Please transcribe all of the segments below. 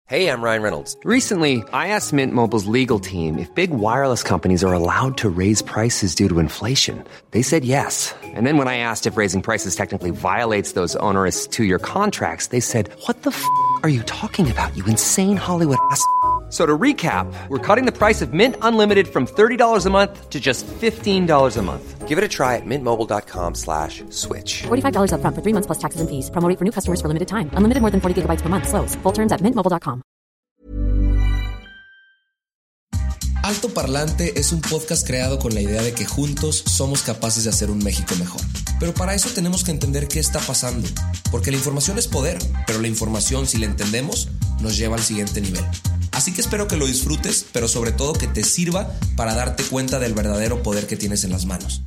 Hey, I'm Ryan Reynolds. Recently, I asked Mint Mobile's legal team if big wireless companies are allowed to raise prices due to inflation. They said yes. And then when I asked if raising prices technically violates those onerous two-year contracts, they said, "What the f*** are you talking about, you insane Hollywood ass?" So to recap, we're cutting the price of Mint Unlimited from $30 a month to just $15 a month. Give it a try at mintmobile.com/switch. $45 up front for 3 months plus taxes and fees. Promo rate for new customers for limited time. Unlimited more than 40 gigabytes per month. Slows full terms at mintmobile.com. Alto Parlante es un podcast creado con la idea de que juntos somos capaces de hacer un México mejor. Pero para eso tenemos que entender qué está pasando. Porque la información es poder, pero la información, si la entendemos, nos lleva al siguiente nivel. Así que espero que lo disfrutes, pero sobre todo que te sirva para darte cuenta del verdadero poder que tienes en las manos.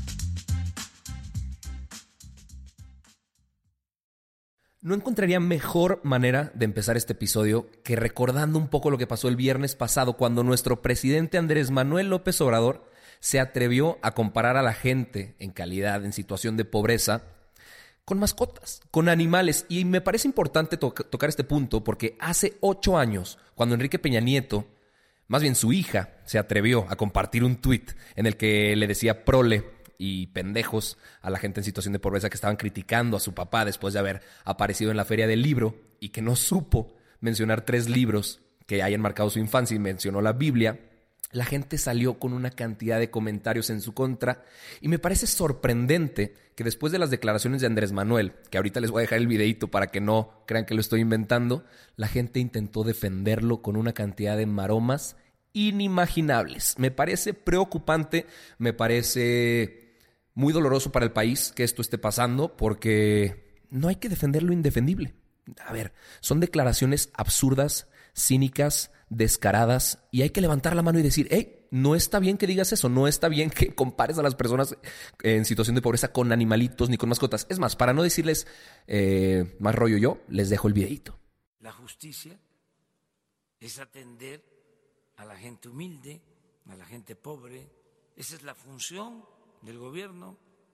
No encontraría mejor manera de empezar este episodio que recordando un poco lo que pasó el viernes pasado cuando nuestro presidente Andrés Manuel López Obrador se atrevió a comparar a la gente en calidad, en situación de pobreza, con mascotas, con animales. Y me parece importante tocar este punto porque hace 8 años, cuando Enrique Peña Nieto, más bien su hija, se atrevió a compartir un tuit en el que le decía prole y pendejos a la gente en situación de pobreza que estaban criticando a su papá después de haber aparecido en la Feria del Libro y que no supo mencionar 3 libros que hayan marcado su infancia y mencionó la Biblia, la gente salió con una cantidad de comentarios en su contra y me parece sorprendente que después de las declaraciones de Andrés Manuel, que ahorita les voy a dejar el videíto para que no crean que lo estoy inventando, la gente intentó defenderlo con una cantidad de maromas inimaginables. Me parece preocupante, me parece muy doloroso para el país que esto esté pasando porque no hay que defender lo indefendible. A ver, son declaraciones absurdas, cínicas, descaradas y hay que levantar la mano y decir, hey, no está bien que digas eso, no está bien que compares a las personas en situación de pobreza con animalitos ni con mascotas. Es más, para no decirles más rollo yo, les dejo el videito. La justicia es atender a la gente humilde, a la gente pobre. Esa es la función del gobierno.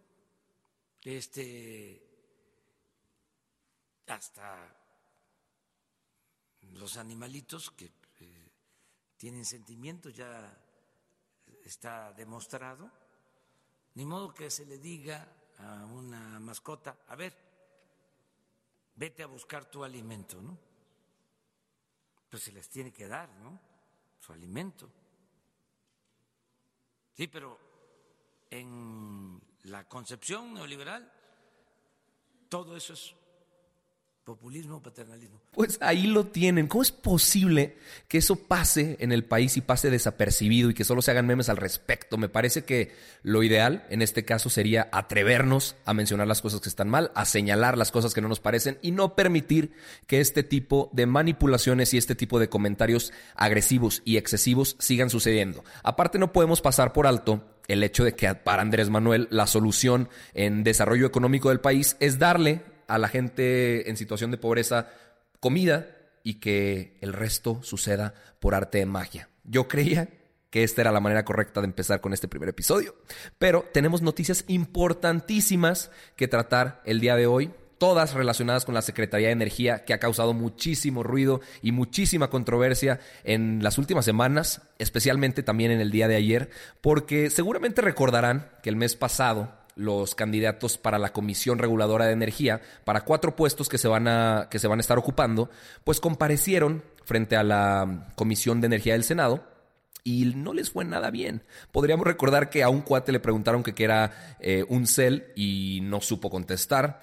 Hasta los animalitos que tienen sentimientos, ya está demostrado. Ni modo que se le diga a una mascota, a ver, vete a buscar tu alimento, ¿no? Pues se les tiene que dar, ¿no? Su alimento. Sí, pero en la concepción neoliberal todo eso es populismo, paternalismo. Pues ahí lo tienen. ¿Cómo es posible que eso pase en el país y pase desapercibido y que solo se hagan memes al respecto? Me parece que lo ideal en este caso sería atrevernos a mencionar las cosas que están mal, a señalar las cosas que no nos parecen y no permitir que este tipo de manipulaciones y este tipo de comentarios agresivos y excesivos sigan sucediendo. Aparte, no podemos pasar por alto el hecho de que para Andrés Manuel la solución en desarrollo económico del país es darle a la gente en situación de pobreza comida y que el resto suceda por arte de magia. Yo creía que esta era la manera correcta de empezar con este primer episodio, pero tenemos noticias importantísimas que tratar el día de hoy, todas relacionadas con la Secretaría de Energía, que ha causado muchísimo ruido y muchísima controversia en las últimas semanas, especialmente también en el día de ayer, porque seguramente recordarán que el mes pasado los candidatos para la Comisión Reguladora de Energía, para 4 puestos que se van a estar ocupando, pues comparecieron frente a la Comisión de Energía del Senado y no les fue nada bien. Podríamos recordar que a un cuate le preguntaron que qué era un CEL y no supo contestar.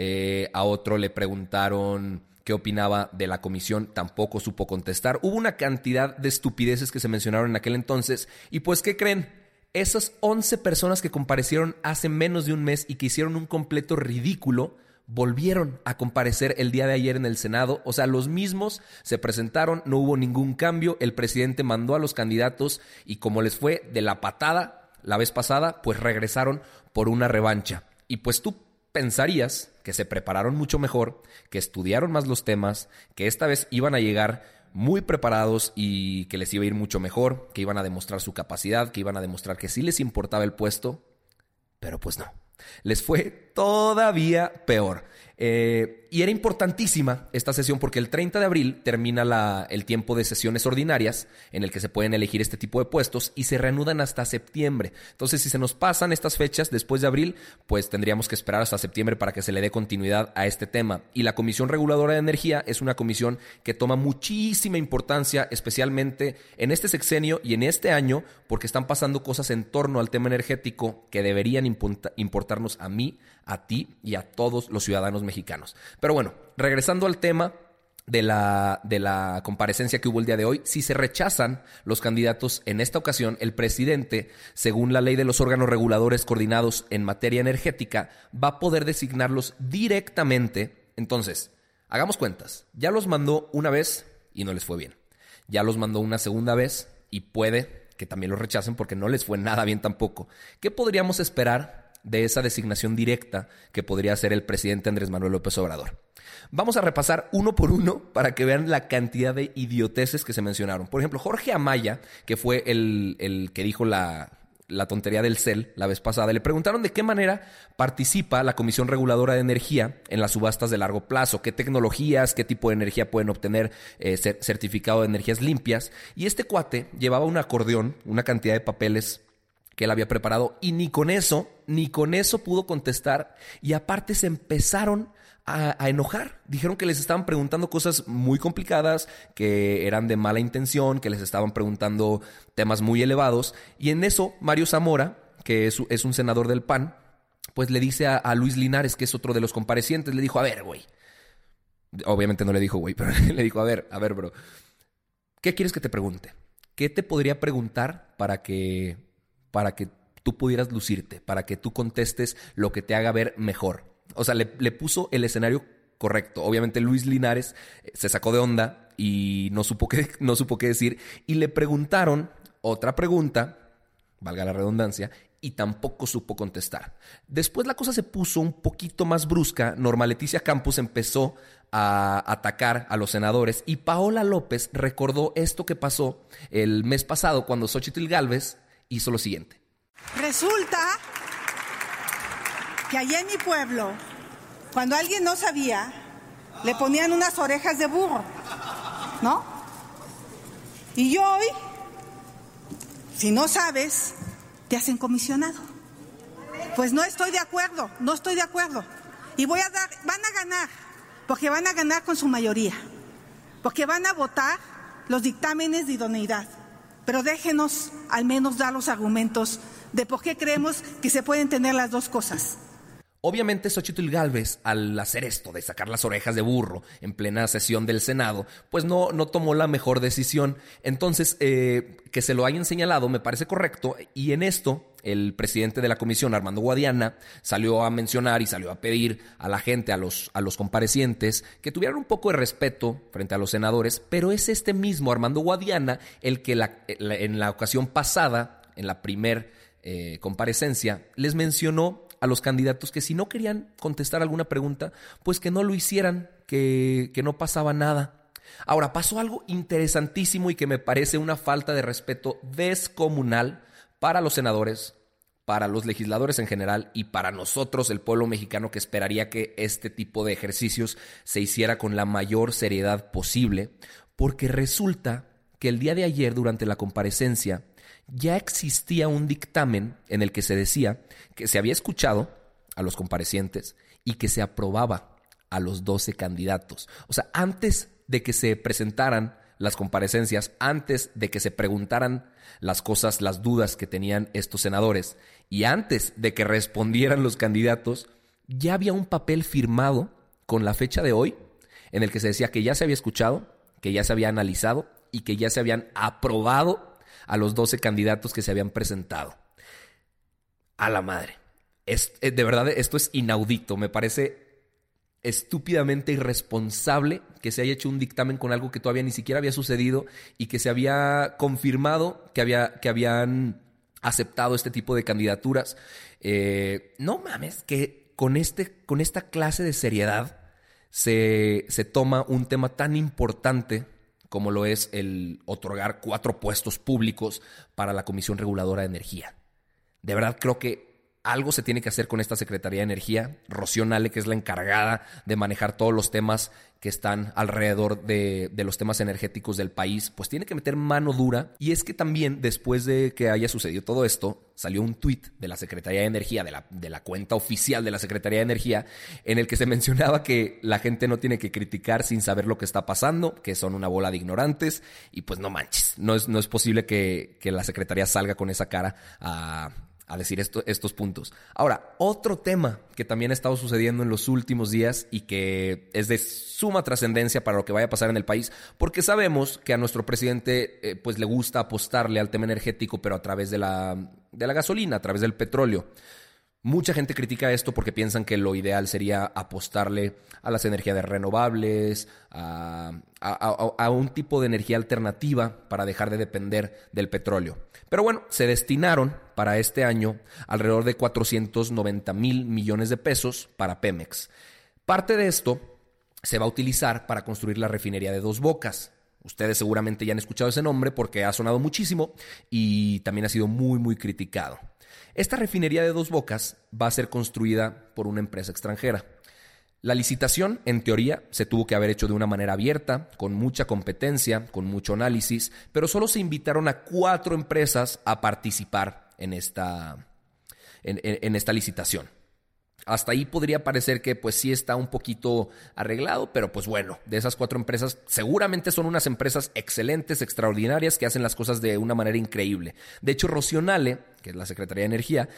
A otro le preguntaron qué opinaba de la comisión, tampoco supo contestar. Hubo una cantidad de estupideces que se mencionaron en aquel entonces y pues, ¿qué creen? Esas 11 personas que comparecieron hace menos de un mes y que hicieron un completo ridículo, volvieron a comparecer el día de ayer en el Senado. O sea, los mismos se presentaron, no hubo ningún cambio. El presidente mandó a los candidatos y como les fue de la patada la vez pasada, pues regresaron por una revancha. Y pues tú pensarías que se prepararon mucho mejor, que estudiaron más los temas, que esta vez iban a llegar muy preparados y que les iba a ir mucho mejor, que iban a demostrar su capacidad, que iban a demostrar que sí les importaba el puesto, pero pues no. Les fue todavía peor. Y era importantísima esta sesión porque el 30 de abril termina el tiempo de sesiones ordinarias en el que se pueden elegir este tipo de puestos y se reanudan hasta septiembre. Entonces, si se nos pasan estas fechas después de abril, pues tendríamos que esperar hasta septiembre para que se le dé continuidad a este tema. Y la Comisión Reguladora de Energía es una comisión que toma muchísima importancia, especialmente en este sexenio y en este año, porque están pasando cosas en torno al tema energético que deberían importarnos a mí, a ti y a todos los ciudadanos mexicanos. Pero bueno, regresando al tema de la comparecencia que hubo el día de hoy, si se rechazan los candidatos en esta ocasión, el presidente, según la ley de los órganos reguladores coordinados en materia energética, va a poder designarlos directamente. Entonces, hagamos cuentas. Ya los mandó una vez y no les fue bien. Ya los mandó una segunda vez y puede que también los rechacen porque no les fue nada bien tampoco. ¿Qué podríamos esperar de esa designación directa que podría hacer el presidente Andrés Manuel López Obrador? Vamos a repasar uno por uno para que vean la cantidad de idioteces que se mencionaron. Por ejemplo, Jorge Amaya, que fue el que dijo la tontería del CEL la vez pasada, le preguntaron de qué manera participa la Comisión Reguladora de Energía en las subastas de largo plazo, qué tecnologías, qué tipo de energía pueden obtener certificado de energías limpias. Y este cuate llevaba un acordeón, una cantidad de papeles que él había preparado y ni con eso pudo contestar. Y aparte se empezaron a enojar. Dijeron que les estaban preguntando cosas muy complicadas, que eran de mala intención, que les estaban preguntando temas muy elevados. Y en eso, Mario Zamora, que es un senador del PAN, pues le dice a Luis Linares, que es otro de los comparecientes, le dijo, a ver, güey. Obviamente no le dijo, güey, pero le dijo, a ver, bro. ¿Qué quieres que te pregunte? ¿Qué te podría preguntar para que tú pudieras lucirte, para que tú contestes lo que te haga ver mejor? O sea, le puso el escenario correcto. Obviamente Luis Linares se sacó de onda y no supo qué decir. Y le preguntaron otra pregunta, valga la redundancia, y tampoco supo contestar. Después la cosa se puso un poquito más brusca. Norma Leticia Campos empezó a atacar a los senadores y Paola López recordó esto que pasó el mes pasado cuando Xóchitl Gálvez hizo lo siguiente. Resulta que allá en mi pueblo, cuando alguien no sabía, le ponían unas orejas de burro, ¿no? Y hoy, si no sabes, te hacen comisionado. Pues no estoy de acuerdo. Y van a ganar, porque van a ganar con su mayoría, porque van a votar los dictámenes de idoneidad. Pero déjenos al menos dar los argumentos de por qué creemos que se pueden tener las dos cosas. Obviamente Xóchitl Gálvez, al hacer esto de sacar las orejas de burro en plena sesión del Senado, pues no tomó la mejor decisión. Entonces, que se lo hayan señalado me parece correcto. Y en esto, el presidente de la comisión, Armando Guadiana, salió a mencionar y salió a pedir a la gente, a los comparecientes, que tuvieran un poco de respeto frente a los senadores. Pero es este mismo Armando Guadiana el que en la ocasión pasada, en la primer comparecencia, les mencionó a los candidatos que si no querían contestar alguna pregunta, pues que no lo hicieran, que no pasaba nada. Ahora, pasó algo interesantísimo y que me parece una falta de respeto descomunal para los senadores, para los legisladores en general y para nosotros, el pueblo mexicano, que esperaría que este tipo de ejercicios se hiciera con la mayor seriedad posible, porque resulta que el día de ayer, durante la comparecencia, ya existía un dictamen en el que se decía que se había escuchado a los comparecientes y que se aprobaba a los 12 candidatos. O sea, antes de que se presentaran las comparecencias, antes de que se preguntaran las cosas, las dudas que tenían estos senadores y antes de que respondieran los candidatos, ya había un papel firmado con la fecha de hoy en el que se decía que ya se había escuchado, que ya se había analizado y que ya se habían aprobado a los 12 candidatos que se habían presentado. A la madre. De verdad, esto es inaudito. Me parece estúpidamente irresponsable que se haya hecho un dictamen con algo que todavía ni siquiera había sucedido y que se había confirmado que habían aceptado este tipo de candidaturas. No mames, que con esta clase de seriedad se toma un tema tan importante como lo es el otorgar 4 puestos públicos para la Comisión Reguladora de Energía. De verdad creo que algo se tiene que hacer con esta Secretaría de Energía. Rocío Nale, que es la encargada de manejar todos los temas que están alrededor de los temas energéticos del país, pues tiene que meter mano dura. Y es que también, después de que haya sucedido todo esto, salió un tuit de la Secretaría de Energía, de la cuenta oficial de la Secretaría de Energía, en el que se mencionaba que la gente no tiene que criticar sin saber lo que está pasando, que son una bola de ignorantes, y pues no manches, no es posible que la Secretaría salga con esa cara a decir estos puntos. Ahora, otro tema que también ha estado sucediendo en los últimos días y que es de suma trascendencia para lo que vaya a pasar en el país, porque sabemos que a nuestro presidente pues le gusta apostarle al tema energético, pero a través de la gasolina, a través del petróleo. Mucha gente critica esto porque piensan que lo ideal sería apostarle a las energías renovables, a un tipo de energía alternativa para dejar de depender del petróleo. Pero bueno, se destinaron para este año alrededor de 490,000 millones de pesos para Pemex. Parte de esto se va a utilizar para construir la refinería de Dos Bocas. Ustedes seguramente ya han escuchado ese nombre porque ha sonado muchísimo y también ha sido muy, muy criticado. Esta refinería de Dos Bocas va a ser construida por una empresa extranjera. La licitación, en teoría, se tuvo que haber hecho de una manera abierta, con mucha competencia, con mucho análisis, pero solo se invitaron a 4 empresas a participar en esta licitación. Hasta ahí podría parecer que pues sí está un poquito arreglado, pero pues bueno, de esas 4 empresas seguramente son unas empresas excelentes, extraordinarias, que hacen las cosas de una manera increíble. De hecho, Rocío Nale, que es la Secretaría de Energía,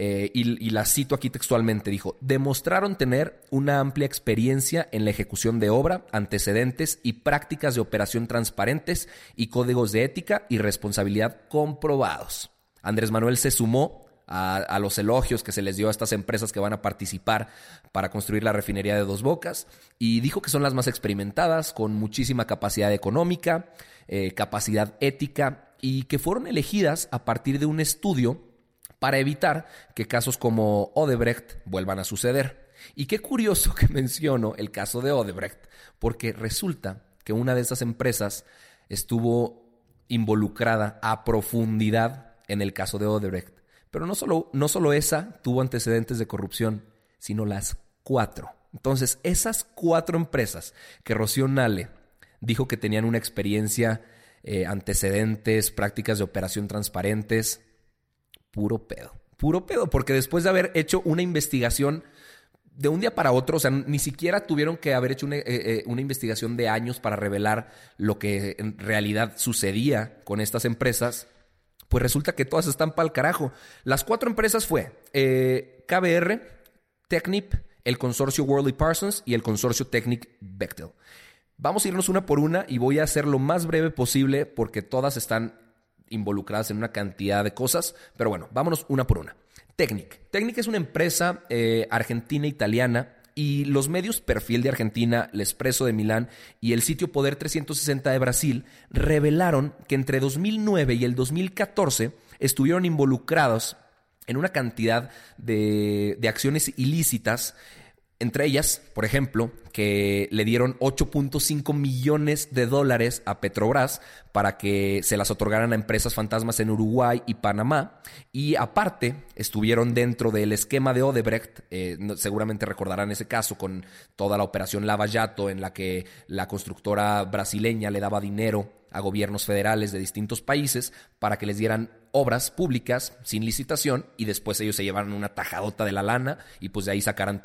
y la cito aquí textualmente, dijo: demostraron tener una amplia experiencia en la ejecución de obra, antecedentes y prácticas de operación transparentes y códigos de ética y responsabilidad comprobados. Andrés Manuel se sumó a los elogios que se les dio a estas empresas que van a participar para construir la refinería de Dos Bocas y dijo que son las más experimentadas, con muchísima capacidad económica, capacidad ética y que fueron elegidas a partir de un estudio para evitar que casos como Odebrecht vuelvan a suceder. Y qué curioso que menciono el caso de Odebrecht, porque resulta que una de esas empresas estuvo involucrada a profundidad en el caso de Odebrecht. Pero no solo esa tuvo antecedentes de corrupción, sino las 4. Entonces, esas 4 empresas que Rocío Nale dijo que tenían una experiencia, antecedentes, prácticas de operación transparentes, puro pedo, porque después de haber hecho una investigación de un día para otro, o sea, ni siquiera tuvieron que haber hecho una investigación de años para revelar lo que en realidad sucedía con estas empresas, pues resulta que todas están pa'l carajo. Las 4 empresas fue KBR, Technip, el consorcio Worley Parsons y el consorcio Technip-Bechtel. Vamos a irnos una por una y voy a hacer lo más breve posible porque todas están involucradas en una cantidad de cosas. Pero bueno, vámonos una por una. Technip. Technip es una empresa argentina-italiana y los medios Perfil de Argentina, L'Espresso de Milán y el sitio Poder 360 de Brasil revelaron que entre 2009 y el 2014 estuvieron involucrados en una cantidad de acciones ilícitas, entre ellas, por ejemplo, que le dieron $8.5 millones a Petrobras para que se las otorgaran a empresas fantasmas en Uruguay y Panamá. Y aparte, estuvieron dentro del esquema de Odebrecht, seguramente recordarán ese caso con toda la operación Lava Jato, en la que la constructora brasileña le daba dinero a gobiernos federales de distintos países para que les dieran obras públicas sin licitación y después ellos se llevaran una tajadota de la lana y pues de ahí sacaran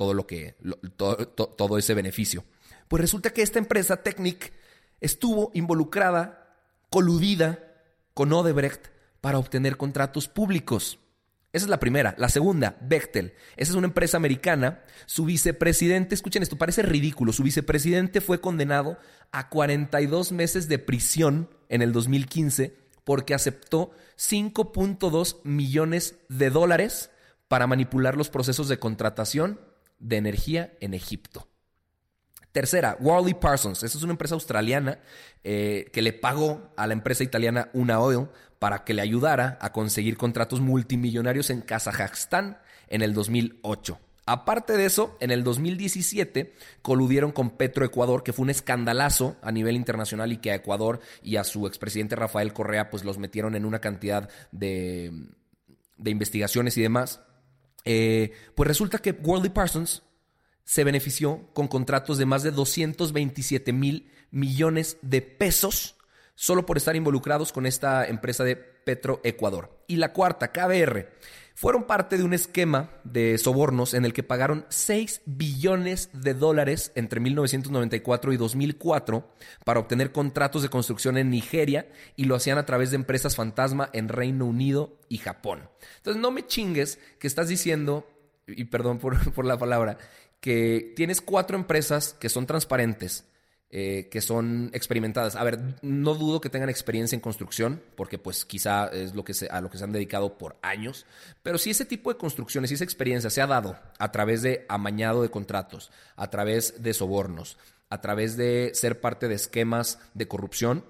todo ese beneficio. Pues resulta que esta empresa Technip estuvo involucrada, coludida con Odebrecht para obtener contratos públicos. Esa es la primera. La segunda, Bechtel. Esa es una empresa americana. Su vicepresidente, escuchen esto, parece ridículo, su vicepresidente fue condenado a 42 meses de prisión en el 2015 porque aceptó $5.2 millones para manipular los procesos de contratación de energía en Egipto. Tercera, Worley Parsons. Esa es una empresa australiana que le pagó a la empresa italiana Una Oil para que le ayudara a conseguir contratos multimillonarios en Kazajstán en el 2008. Aparte de eso, en el 2017 coludieron con Petroecuador, que fue un escandalazo a nivel internacional y que a Ecuador y a su expresidente Rafael Correa pues los metieron en una cantidad de investigaciones y demás. pues resulta que Worley Parsons se benefició con contratos de más de 227 mil millones de pesos solo por estar involucrados con esta empresa de Petroecuador. Y la cuarta, KBR, fueron parte de un esquema de sobornos en el que pagaron $6 billones entre 1994 y 2004 para obtener contratos de construcción en Nigeria, y lo hacían a través de empresas fantasma en Reino Unido y Japón. Entonces no me chingues que estás diciendo, y perdón por la palabra, que tienes 4 empresas que son transparentes, que son experimentadas. A ver, no dudo que tengan experiencia en construcción, porque pues quizá es a lo que se han dedicado por años, pero si ese tipo de construcciones, si esa experiencia se ha dado a través de amañado de contratos, a través de sobornos, a través de ser parte de esquemas de corrupción,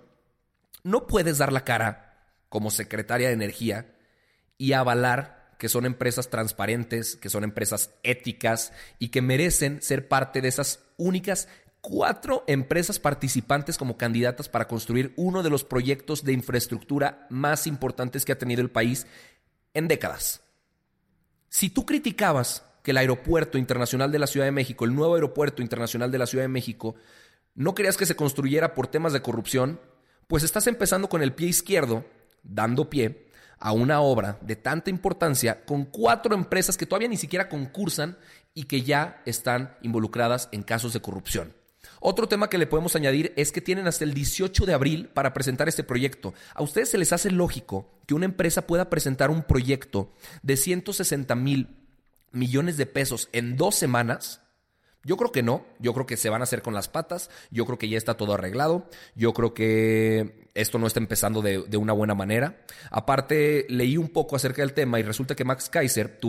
no puedes dar la cara como secretaria de Energía y avalar que son empresas transparentes, que son empresas éticas y que merecen ser parte de esas únicas 4 empresas participantes como candidatas para construir uno de los proyectos de infraestructura más importantes que ha tenido el país en décadas. Si tú criticabas que el aeropuerto internacional de la Ciudad de México, el nuevo aeropuerto internacional de la Ciudad de México, no querías que se construyera por temas de corrupción, pues estás empezando con el pie izquierdo, dando pie a una obra de tanta importancia con 4 empresas que todavía ni siquiera concursan y que ya están involucradas en casos de corrupción. Otro tema que le podemos añadir es que tienen hasta el 18 de abril para presentar este proyecto. ¿A ustedes se les hace lógico que una empresa pueda presentar un proyecto de 160 mil millones de pesos en 2 semanas? Yo creo que no. Yo creo que se van a hacer con las patas. Yo creo que ya está todo arreglado. Yo creo que esto no está empezando de una buena manera. Aparte, leí un poco acerca del tema y resulta que Max Kaiser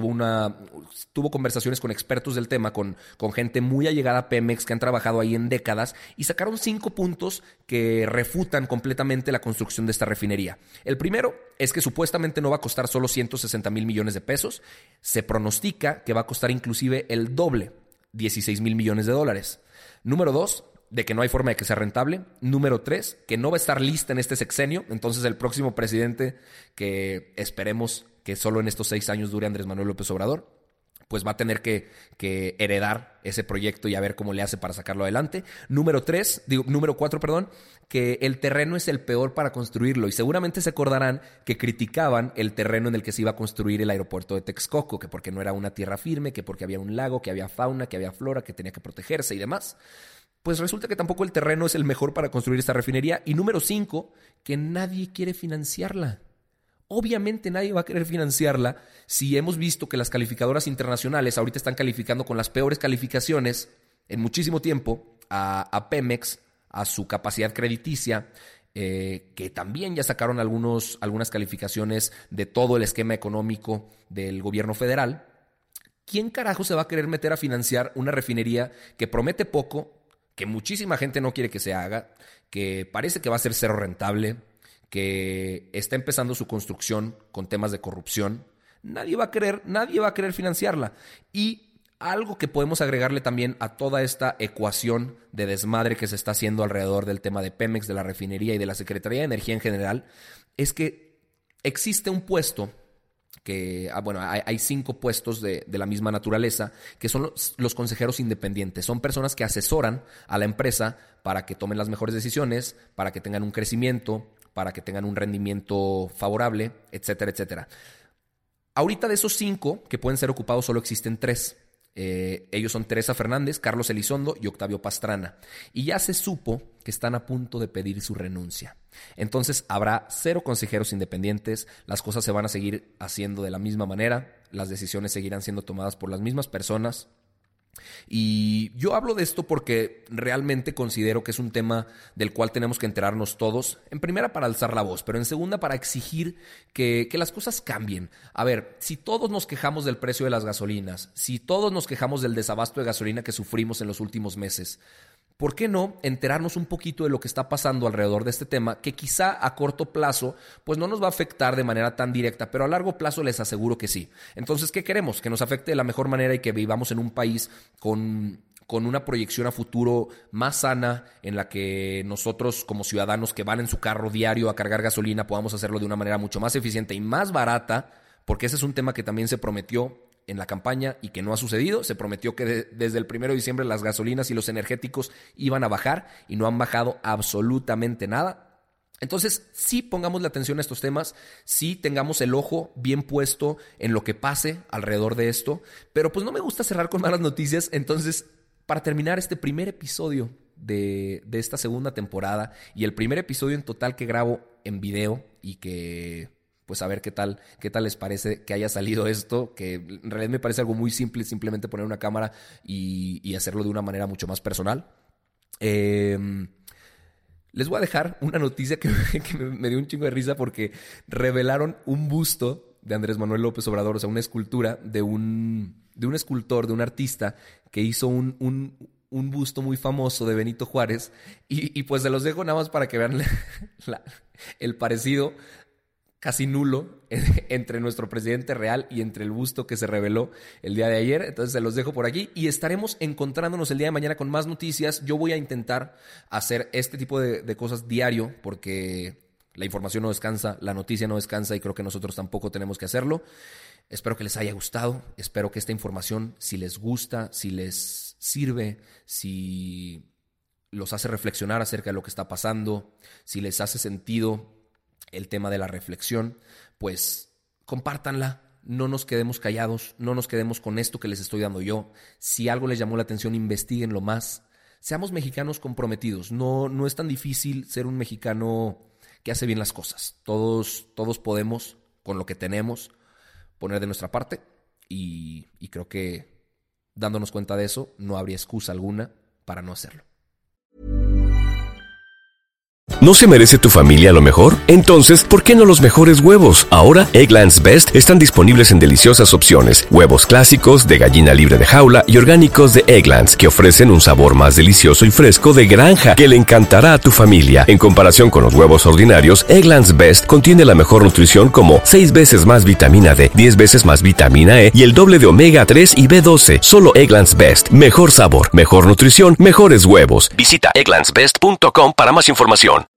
tuvo conversaciones con expertos del tema, con gente muy allegada a Pemex que han trabajado ahí en décadas, y sacaron 5 puntos que refutan completamente la construcción de esta refinería. El primero es que supuestamente no va a costar solo 160 mil millones de pesos. Se pronostica que va a costar inclusive el doble, 16 mil millones de dólares. Número 2, de que no hay forma de que sea rentable. Número 3, que no va a estar lista en este sexenio. Entonces el próximo presidente, que esperemos que solo en estos 6 años dure Andrés Manuel López Obrador, pues va a tener que heredar ese proyecto y a ver cómo le hace para sacarlo adelante. Número 4, que el terreno es el peor para construirlo. Y seguramente se acordarán que criticaban el terreno en el que se iba a construir el aeropuerto de Texcoco, que porque no era una tierra firme, que porque había un lago, que había fauna, que había flora, que tenía que protegerse y demás. Pues resulta que tampoco el terreno es el mejor para construir esta refinería. Y número 5, que nadie quiere financiarla. Obviamente nadie va a querer financiarla si hemos visto que las calificadoras internacionales ahorita están calificando con las peores calificaciones en muchísimo tiempo a Pemex, a su capacidad crediticia, que también ya sacaron algunas calificaciones de todo el esquema económico del gobierno federal. ¿Quién carajo se va a querer meter a financiar una refinería que promete poco, que muchísima gente no quiere que se haga, que parece que va a ser cero rentable, que está empezando su construcción con temas de corrupción? Nadie va a querer financiarla. Y algo que podemos agregarle también a toda esta ecuación de desmadre que se está haciendo alrededor del tema de Pemex, de la refinería y de la Secretaría de Energía en general, es que existe un puesto que, hay 5 puestos de la misma naturaleza, que son los consejeros independientes. Son personas que asesoran a la empresa para que tomen las mejores decisiones, para que tengan un crecimiento, para que tengan un rendimiento favorable, etcétera, etcétera. Ahorita de esos 5 que pueden ser ocupados solo existen 3. Ellos son Teresa Fernández, Carlos Elizondo y Octavio Pastrana. Y ya se supo que están a punto de pedir su renuncia. Entonces habrá 0 consejeros independientes, las cosas se van a seguir haciendo de la misma manera, las decisiones seguirán siendo tomadas por las mismas personas. Y yo hablo de esto porque realmente considero que es un tema del cual tenemos que enterarnos todos, en primera para alzar la voz, pero en segunda para exigir que las cosas cambien. A ver, si todos nos quejamos del precio de las gasolinas, si todos nos quejamos del desabasto de gasolina que sufrimos en los últimos meses, ¿por qué no enterarnos un poquito de lo que está pasando alrededor de este tema, que quizá a corto plazo pues no nos va a afectar de manera tan directa, pero a largo plazo les aseguro que sí? Entonces, ¿qué queremos? Que nos afecte de la mejor manera y que vivamos en un país con una proyección a futuro más sana, en la que nosotros como ciudadanos que van en su carro diario a cargar gasolina podamos hacerlo de una manera mucho más eficiente y más barata, porque ese es un tema que también se prometió en la campaña y que no ha sucedido. Se prometió que desde el 1 de diciembre las gasolinas y los energéticos iban a bajar y no han bajado absolutamente nada. Entonces, sí pongamos la atención a estos temas, sí tengamos el ojo bien puesto en lo que pase alrededor de esto, pero pues no me gusta cerrar con malas noticias. Entonces, para terminar este primer episodio de esta segunda temporada y el primer episodio en total que grabo en video y que pues a ver qué tal les parece que haya salido esto, que en realidad me parece algo muy simple, simplemente poner una cámara y hacerlo de una manera mucho más personal. Les voy a dejar una noticia que me dio un chingo de risa porque revelaron un busto de Andrés Manuel López Obrador, o sea, una escultura de un escultor, de un artista que hizo un busto muy famoso de Benito Juárez y pues se los dejo nada más para que vean el parecido casi nulo entre nuestro presidente real y entre el busto que se reveló el día de ayer. Entonces se los dejo por aquí y estaremos encontrándonos el día de mañana con más noticias. Yo voy a intentar hacer este tipo de cosas diario porque la información no descansa, la noticia no descansa y creo que nosotros tampoco tenemos que hacerlo. Espero que les haya gustado, espero que esta información, si les gusta, si les sirve, si los hace reflexionar acerca de lo que está pasando, si les hace sentido el tema de la reflexión, pues compártanla, no nos quedemos callados, no nos quedemos con esto que les estoy dando yo. Si algo les llamó la atención, investíguenlo más. Seamos mexicanos comprometidos, no es tan difícil ser un mexicano que hace bien las cosas. Todos podemos, con lo que tenemos, poner de nuestra parte y creo que dándonos cuenta de eso, no habría excusa alguna para no hacerlo. ¿No se merece tu familia lo mejor? Entonces, ¿por qué no los mejores huevos? Ahora, Eggland's Best están disponibles en deliciosas opciones. Huevos clásicos, de gallina libre de jaula y orgánicos de Eggland's, que ofrecen un sabor más delicioso y fresco de granja que le encantará a tu familia. En comparación con los huevos ordinarios, Eggland's Best contiene la mejor nutrición como 6 veces más vitamina D, 10 veces más vitamina E y el doble de omega 3 y B12. Solo Eggland's Best. Mejor sabor, mejor nutrición, mejores huevos. Visita egglandsbest.com para más información.